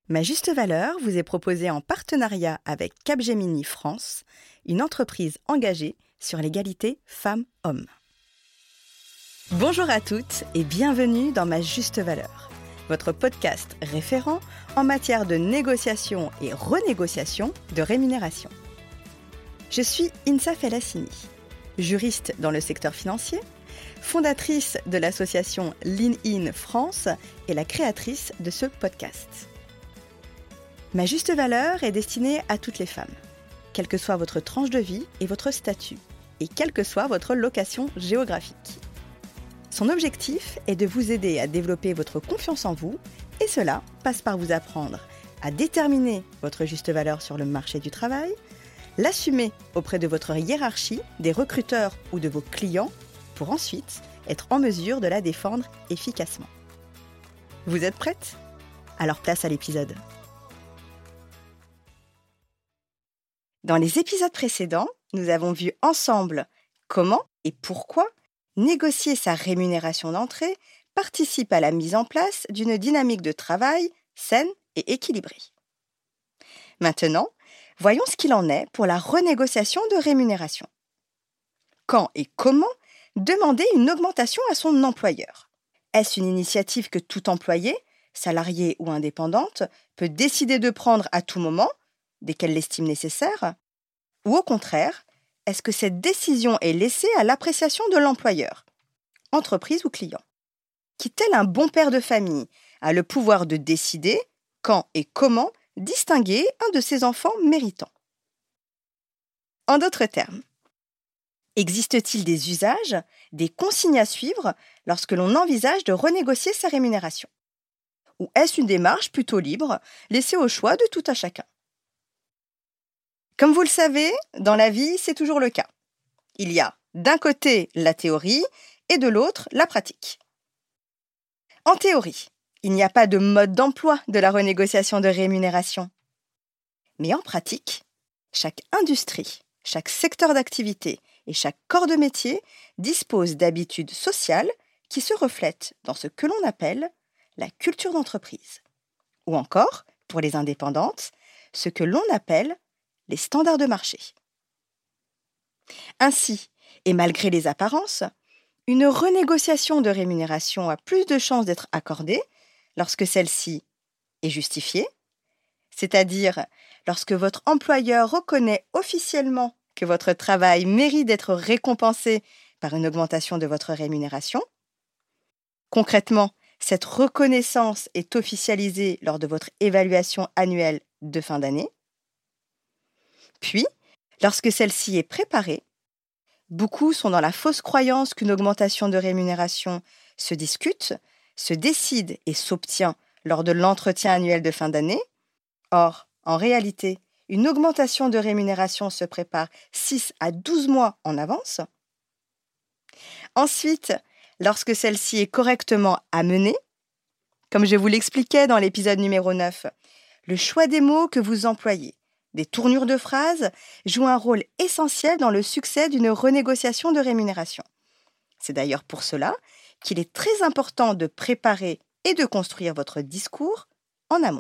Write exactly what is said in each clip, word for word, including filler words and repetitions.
Ma juste valeur vous est proposée en partenariat avec Capgemini France, une entreprise engagée sur l'égalité femmes-hommes. Bonjour à toutes et bienvenue dans Ma juste valeur, votre podcast référent en matière de négociation et renégociation de rémunération. Je suis Insa Felassini, juriste dans le secteur financier, fondatrice de l'association Lean In France et la créatrice de ce podcast. Ma juste valeur est destinée à toutes les femmes, quelle que soit votre tranche de vie et votre statut, et quelle que soit votre location géographique. Son objectif est de vous aider à développer votre confiance en vous, et cela passe par vous apprendre à déterminer votre juste valeur sur le marché du travail, l'assumer auprès de votre hiérarchie, des recruteurs ou de vos clients, pour ensuite être en mesure de la défendre efficacement. Vous êtes prête ? Alors place à l'épisode. Dans les épisodes précédents, nous avons vu ensemble comment et pourquoi négocier sa rémunération d'entrée participe à la mise en place d'une dynamique de travail saine et équilibrée. Maintenant, voyons ce qu'il en est pour la renégociation de rémunération. Quand et comment demander une augmentation à son employeur ? Est-ce une initiative que tout employé, salarié ou indépendante, peut décider de prendre à tout moment, dès qu'elle l'estime nécessaire ? Ou au contraire, est-ce que cette décision est laissée à l'appréciation de l'employeur, entreprise ou client, qui, tel un bon père de famille, a le pouvoir de décider quand et comment distinguer un de ses enfants méritants ? En d'autres termes, existe-t-il des usages, des consignes à suivre lorsque l'on envisage de renégocier sa rémunération ? Ou est-ce une démarche plutôt libre, laissée au choix de tout à chacun ? Comme vous le savez, dans la vie, c'est toujours le cas. Il y a d'un côté la théorie et de l'autre la pratique. En théorie, il n'y a pas de mode d'emploi de la renégociation de rémunération. Mais en pratique, chaque industrie, chaque secteur d'activité et chaque corps de métier dispose d'habitudes sociales qui se reflètent dans ce que l'on appelle la culture d'entreprise. Ou encore, pour les indépendantes, ce que l'on appelle les standards de marché. Ainsi, et malgré les apparences, une renégociation de rémunération a plus de chances d'être accordée lorsque celle-ci est justifiée, c'est-à-dire lorsque votre employeur reconnaît officiellement que votre travail mérite d'être récompensé par une augmentation de votre rémunération. Concrètement, cette reconnaissance est officialisée lors de votre évaluation annuelle de fin d'année. Puis, lorsque celle-ci est préparée, beaucoup sont dans la fausse croyance qu'une augmentation de rémunération se discute, se décide et s'obtient lors de l'entretien annuel de fin d'année. Or, en réalité, une augmentation de rémunération se prépare six à douze mois en avance. Ensuite, lorsque celle-ci est correctement amenée, comme je vous l'expliquais dans l'épisode numéro neuf, le choix des mots que vous employez, des tournures de phrases, jouent un rôle essentiel dans le succès d'une renégociation de rémunération. C'est d'ailleurs pour cela qu'il est très important de préparer et de construire votre discours en amont.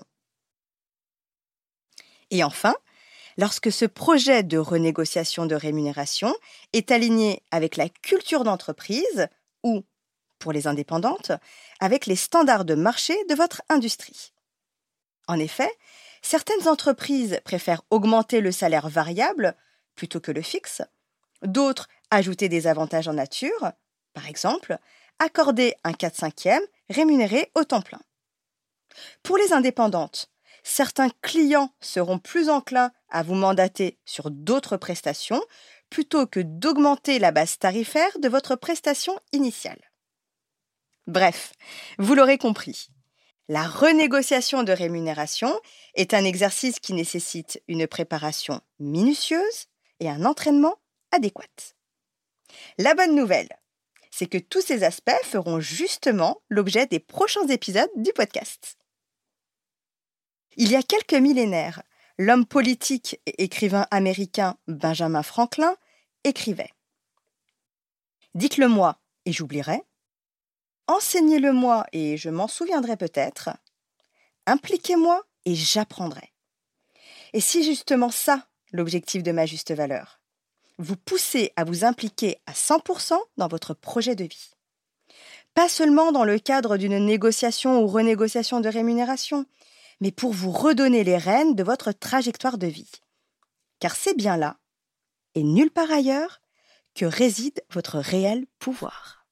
Et enfin, lorsque ce projet de renégociation de rémunération est aligné avec la culture d'entreprise ou, pour les indépendantes, avec les standards de marché de votre industrie. En effet, certaines entreprises préfèrent augmenter le salaire variable plutôt que le fixe, d'autres ajouter des avantages en nature, par exemple, accorder un quatre cinquième rémunéré au temps plein. Pour les indépendantes, certains clients seront plus enclins à vous mandater sur d'autres prestations plutôt que d'augmenter la base tarifaire de votre prestation initiale. Bref, vous l'aurez compris, la renégociation de rémunération est un exercice qui nécessite une préparation minutieuse et un entraînement adéquat. La bonne nouvelle, c'est que tous ces aspects feront justement l'objet des prochains épisodes du podcast. Il y a quelques millénaires, l'homme politique et écrivain américain Benjamin Franklin écrivait « Dites-le-moi et j'oublierai. Enseignez-le-moi et je m'en souviendrai peut-être. Impliquez-moi et j'apprendrai. Et si justement ça, l'objectif de ma juste valeur, vous poussez à vous impliquer à cent pour cent dans votre projet de vie. Pas seulement dans le cadre d'une négociation ou renégociation de rémunération, mais pour vous redonner les rênes de votre trajectoire de vie. Car c'est bien là, et nulle part ailleurs, que réside votre réel pouvoir.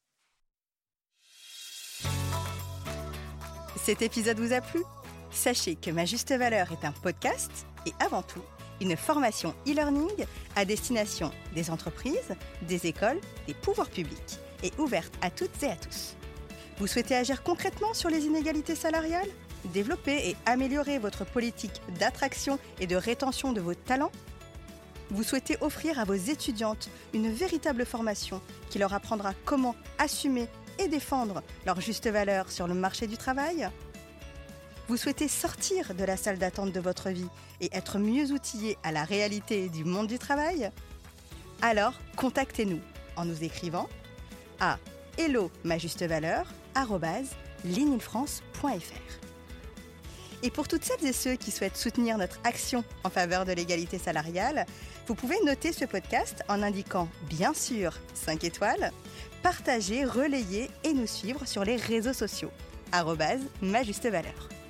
Cet épisode vous a plu ? Sachez que Ma Juste Valeur est un podcast et avant tout, une formation e-learning à destination des entreprises, des écoles, des pouvoirs publics et ouverte à toutes et à tous. Vous souhaitez agir concrètement sur les inégalités salariales ? Développer et améliorer votre politique d'attraction et de rétention de vos talents ? Vous souhaitez offrir à vos étudiantes une véritable formation qui leur apprendra comment assumer et défendre leur juste valeur sur le marché du travail ? Vous souhaitez sortir de la salle d'attente de votre vie et être mieux outillé à la réalité du monde du travail ? Alors, contactez-nous en nous écrivant à hello ma juste valeur arobase ligne-france point f r. Et pour toutes celles et ceux qui souhaitent soutenir notre action en faveur de l'égalité salariale, vous pouvez noter ce podcast en indiquant bien sûr cinq étoiles, partager, relayer et nous suivre sur les réseaux sociaux arobase ma juste valeur.